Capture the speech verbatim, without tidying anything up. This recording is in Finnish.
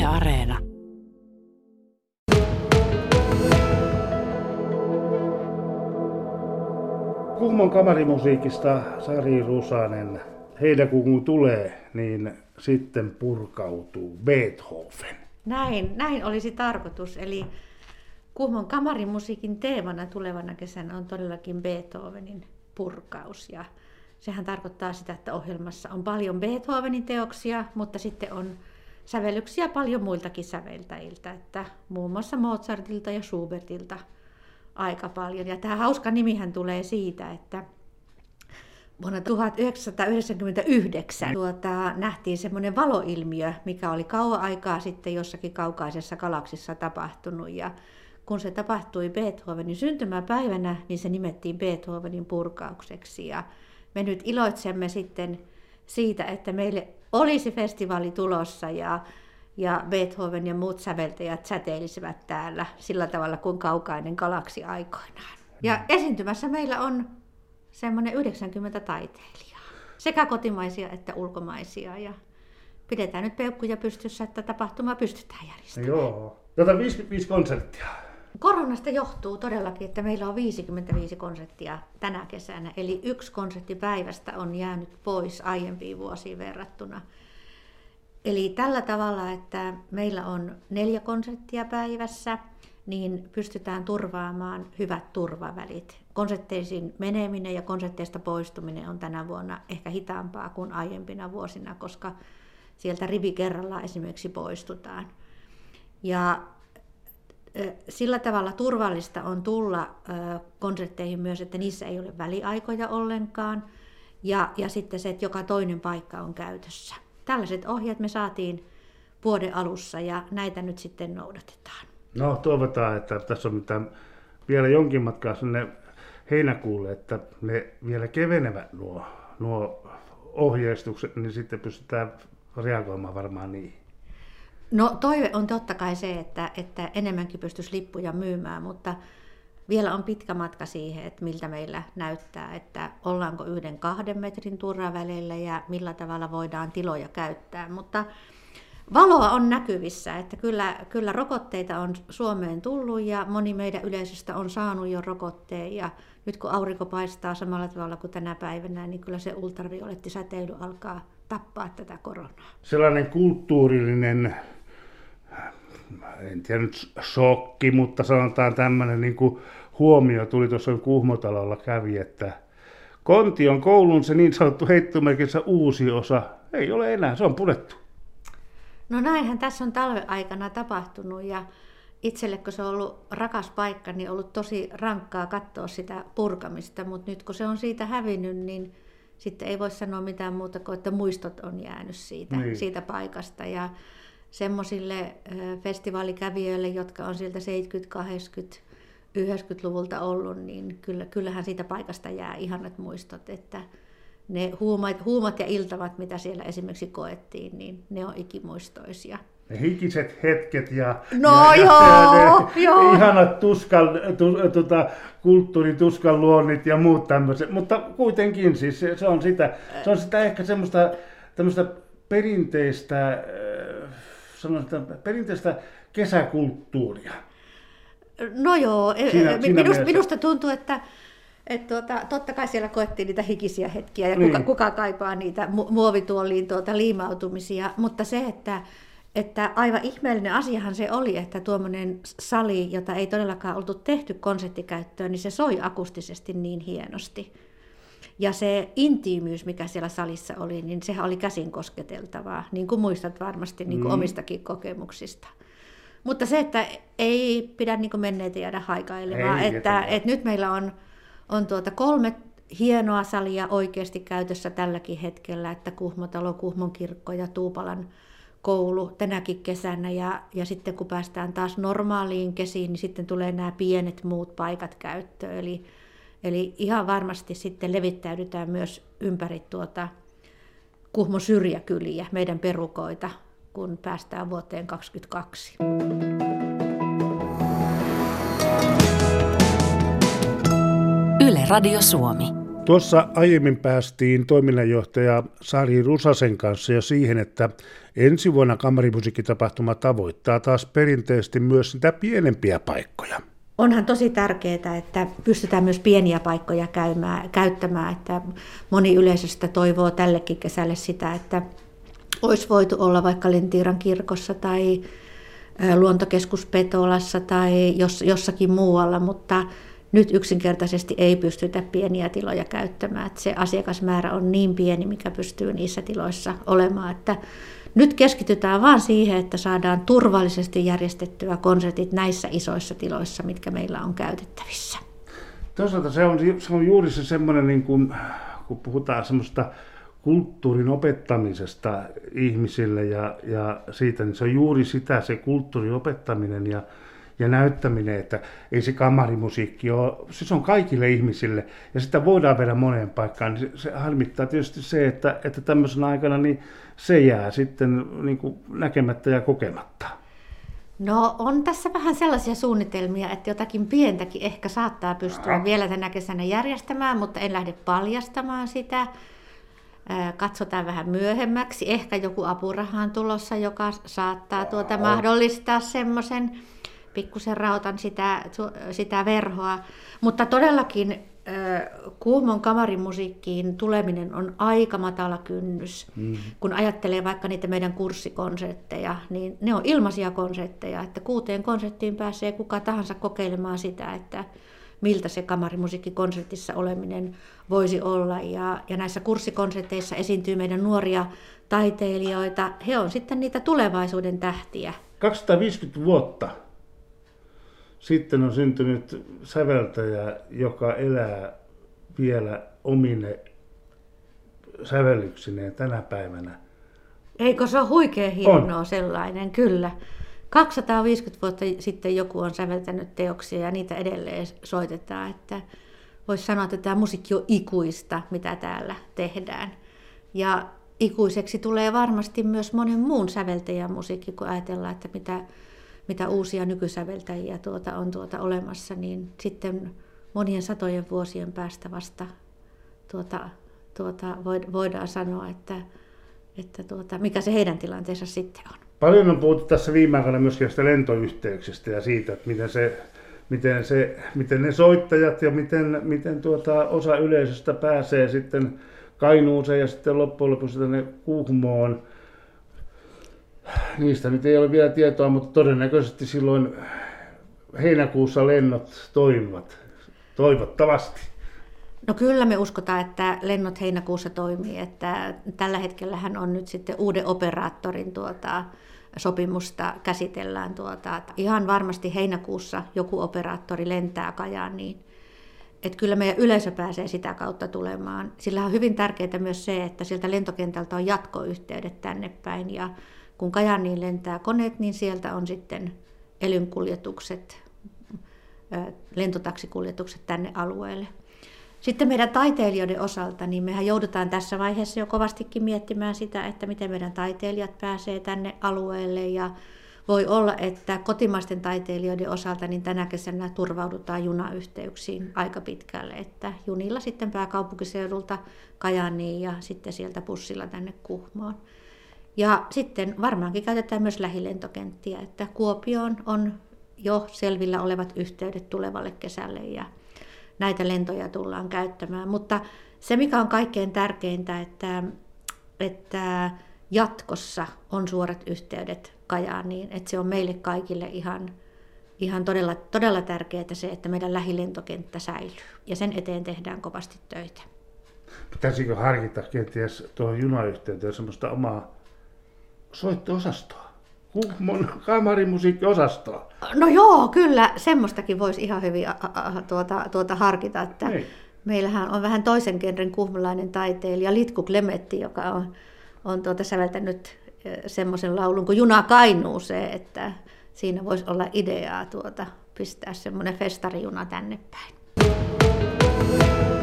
Areena. Kuhmon kamarimusiikista Sari Rusanen. Heinäkuu kun tulee, niin sitten purkautuu Beethoven. Näin, näin olisi tarkoitus. Eli Kuhmon kamarimusiikin teemana tulevana kesänä on todellakin Beethovenin purkaus. Ja sehän tarkoittaa sitä, että ohjelmassa on paljon Beethovenin teoksia, mutta sitten on sävellyksiä paljon muiltakin säveltäjiltä, että muun muassa Mozartilta ja Schubertilta aika paljon. Ja tämä hauska nimihän tulee siitä, että vuonna tuhatyhdeksänsataayhdeksänkymmentäyhdeksän tuota, nähtiin semmoinen valoilmiö, mikä oli kauan aikaa sitten jossakin kaukaisessa galaksissa tapahtunut. Ja kun se tapahtui Beethovenin syntymäpäivänä, niin se nimettiin Beethovenin purkaukseksi. Ja me nyt iloitsemme sitten siitä, että meille olisi festivaali tulossa ja, ja Beethoven ja muut säveltäjät säteilisivät täällä sillä tavalla kuin kaukainen galaksi aikoinaan. Ja esiintymässä meillä on semmoinen yhdeksänkymmentä taiteilijaa, sekä kotimaisia että ulkomaisia. Ja pidetään nyt peukkuja pystyssä, että tapahtuma pystytään järjestämään. Joo. Tätä viisikymmentäviisi konserttia. Koronasta johtuu todellakin, että meillä on viisikymmentäviisi konserttia tänä kesänä, eli yksi konsertti päivästä on jäänyt pois aiempiin vuosiin verrattuna. Eli tällä tavalla, että meillä on neljä konserttia päivässä, niin pystytään turvaamaan hyvät turvavälit. Konsertteisiin meneminen ja konsertteista poistuminen on tänä vuonna ehkä hitaampaa kuin aiempina vuosina, koska sieltä rivi kerrallaan esimerkiksi poistutaan. Ja sillä tavalla turvallista on tulla konsertteihin myös, että niissä ei ole väliaikoja ollenkaan. Ja, ja sitten se, että joka toinen paikka on käytössä. Tällaiset ohjeet me saatiin vuoden alussa ja näitä nyt sitten noudatetaan. No toivotaan, että tässä on mitään vielä jonkin matkaa sinne heinäkuulle, että ne vielä kevenevät nuo, nuo ohjeistukset, niin sitten pystytään reagoimaan varmaan niihin. No toive on totta kai se, että, että enemmänkin pystyisi lippuja myymään, mutta vielä on pitkä matka siihen, että miltä meillä näyttää, että ollaanko yhden kahden metrin turvaväleillä ja millä tavalla voidaan tiloja käyttää. Mutta valoa on näkyvissä, että kyllä, kyllä rokotteita on Suomeen tullut ja moni meidän yleisöstä on saanut jo rokotteen. Ja nyt kun aurinko paistaa samalla tavalla kuin tänä päivänä, niin kyllä se ultraviolettisäteily alkaa tappaa tätä koronaa. Sellainen kulttuurillinen, en tiedä nyt shokki, mutta sanotaan tämmöinen niin kuin huomio tuli tuossa Kuhmotalolla kävi, että Kontion koulun se niin sanottu heittomerkissä uusi osa ei ole enää, se on purettu. No näinhän tässä on talven aikana tapahtunut ja itselle kun se on ollut rakas paikka, niin on ollut tosi rankkaa katsoa sitä purkamista, mutta nyt kun se on siitä hävinnyt, niin sitten ei voi sanoa mitään muuta kuin, että muistot on jäänyt siitä, niin. siitä paikasta. Ja semmoisille festivaalikävijöille, jotka on sieltä seitsemänkymmentä-, kahdeksankymmentä-, yhdeksänkymmentäluvulta ollut, niin kyllä, kyllähän siitä paikasta jää ihanat muistot, että ne huumat, huumat ja iltavat, mitä siellä esimerkiksi koettiin, niin ne on ikimuistoisia. Ne hikiset hetket ja, no ja, joo, ja ne joo. ihanat tuskan, tu, tuota, kulttuurituskan luonnit ja muut tämmöiset, mutta kuitenkin siis se, se on sitä, se on sitä ehkä semmoista tämmöistä perinteistä, sanotaan, perinteistä kesäkulttuuria. No joo, siinä, minust, siinä minusta tuntuu, että et tuota, totta kai siellä koettiin niitä hikisiä hetkiä ja kuka, niin. kuka kaipaa niitä mu- muovituoliin tuota liimautumisia, mutta se, että, että aivan ihmeellinen asiahan se oli, että tuommoinen sali, jota ei todellakaan oltu tehty konserttikäyttöön, niin se soi akustisesti niin hienosti. Ja se intiimyys, mikä siellä salissa oli, niin sehän oli käsin kosketeltavaa, niin kuin muistat varmasti niin kuin mm. omistakin kokemuksista. Mutta se, että ei pidä niin kuin menneitä jäädä haikailemaan, ei, että, että nyt meillä on On tuota kolme hienoa salia oikeasti käytössä tälläkin hetkellä, että Kuhmotalo, Kuhmon kirkko ja Tuupalan koulu tänäkin kesänä. Ja, ja sitten kun päästään taas normaaliin kesiin, niin sitten tulee nämä pienet muut paikat käyttöön. Eli, eli ihan varmasti sitten levittäydytään myös ympäri tuota Kuhmon syrjäkyliä, meidän perukoita, kun päästään vuoteen kaksikymmentäkaksi. Yle Radio Suomi. Tuossa aiemmin päästiin toiminnanjohtaja Sari Rusasen kanssa jo siihen, että ensi vuonna kamarimusiikkitapahtuma tavoittaa taas perinteisesti myös sitä pienempiä paikkoja. Onhan tosi tärkeää, että pystytään myös pieniä paikkoja käymään, käyttämään, että moni yleisöstä toivoo tällekin kesälle sitä, että olisi voitu olla vaikka Lentiiran kirkossa tai Luontokeskus Petolassa tai jossakin muualla, mutta nyt yksinkertaisesti ei pystytä pieniä tiloja käyttämään. Että se asiakasmäärä on niin pieni, mikä pystyy niissä tiloissa olemaan, että nyt keskitytään vain siihen, että saadaan turvallisesti järjestettyä konsertit näissä isoissa tiloissa, mitkä meillä on käytettävissä. Toisaalta se on, se on juuri se semmoinen, niin kuin, kun puhutaan semmoista kulttuurin opettamisesta ihmisille ja, ja siitä, niin se on juuri sitä se kulttuurin opettaminen ja, ja näyttäminen, että ei se kamarimusiikki ole, se on kaikille ihmisille ja sitä voidaan viedä moneen paikkaan. Se, se harmittaa tietysti se, että, että tämmöisenä aikana niin se jää sitten niin kuin näkemättä ja kokematta. No on tässä vähän sellaisia suunnitelmia, että jotakin pientäkin ehkä saattaa pystyä ja. vielä tänä kesänä järjestämään, mutta en lähde paljastamaan sitä. Katsotaan vähän myöhemmäksi. Ehkä joku apuraha on tulossa, joka saattaa tuota mahdollistaa semmoisen pikkusen rautan sitä, sitä verhoa. Mutta todellakin Kuhmon kamarimusiikkiin tuleminen on aika matala kynnys. Mm. Kun ajattelee vaikka niitä meidän kurssikonsertteja, niin ne on ilmaisia konsertteja, että kuuteen konserttiin pääsee kuka tahansa kokeilemaan sitä, että miltä se kamarimusiikkikonsertissa oleminen voisi olla. Ja, ja näissä kurssikonserteissa esiintyy meidän nuoria taiteilijoita. He on sitten niitä tulevaisuuden tähtiä. kaksisataaviisikymmentä vuotta sitten on syntynyt säveltäjä, joka elää vielä omine sävellyksineen tänä päivänä. Eikö se ole huikea hienoa on. Sellainen, kyllä. kaksisataaviisikymmentä vuotta sitten joku on säveltänyt teoksia ja niitä edelleen soitetaan. Että voisi sanoa, että tämä musiikki on ikuista, mitä täällä tehdään. Ja ikuiseksi tulee varmasti myös monen muun säveltäjän musiikki, kun ajatellaan, että mitä, mitä uusia nykysäveltäjiä tuota on tuota olemassa, niin sitten monien satojen vuosien päästä vasta tuota, tuota voidaan sanoa, että, että tuota, mikä se heidän tilanteensa sitten on. Paljon on puhuttu tässä viime aikoina myöskin tästä lentoyhteyksistä ja siitä, että miten, se, miten, se, miten ne soittajat ja miten, miten tuota osa yleisöstä pääsee sitten Kainuuseen ja sitten loppujen lopuksi tänne Kuhmoon. Niistä nyt ei ole vielä tietoa, mutta todennäköisesti silloin heinäkuussa lennot toimivat, toivottavasti. No kyllä me uskotaan, että lennot heinäkuussa toimii, että tällä hetkellähän on nyt sitten uuden operaattorin tuota, sopimusta käsitellään. Tuota, että ihan varmasti heinäkuussa joku operaattori lentää Kajaaniin. Että kyllä meidän yleisö pääsee sitä kautta tulemaan. Sillä on hyvin tärkeää myös se, että sieltä lentokentältä on jatkoyhteydet tänne päin. Ja kun Kajaaniin lentää koneet, niin sieltä on sitten elynkuljetukset, lentotaksikuljetukset tänne alueelle. Sitten meidän taiteilijoiden osalta, niin mehän joudutaan tässä vaiheessa jo kovastikin miettimään sitä, että miten meidän taiteilijat pääsee tänne alueelle. Ja voi olla, että kotimaisten taiteilijoiden osalta niin tänä kesänä turvaudutaan junayhteyksiin aika pitkälle. Että junilla sitten pääkaupunkiseudulta Kajaaniin ja sitten sieltä bussilla tänne Kuhmoon. Ja sitten varmaankin käytetään myös lähilentokenttiä, että Kuopioon on jo selvillä olevat yhteydet tulevalle kesälle ja näitä lentoja tullaan käyttämään. Mutta se, mikä on kaikkein tärkeintä, että, että jatkossa on suorat yhteydet Kajaaniin, että se on meille kaikille ihan, ihan todella, todella tärkeää se, että meidän lähilentokenttä säilyy. Ja sen eteen tehdään kovasti töitä. Pitäisikö harkita kenties tuohon junayhteyteen semmoista omaa soitto-osastoa? Kuhmon kamarimusiikkiosastoa. No joo, kyllä semmoistakin voisi ihan hyvin a, a, tuota, tuota harkita, että Ei. meillähän on vähän toisen genren kuhmolainen taiteilija Litku Klemetti, joka on, on tuota säveltänyt semmoisen laulun kuin Juna Kainuuseen, että siinä voisi olla ideaa tuota, pistää semmoinen festarijuna tänne päin.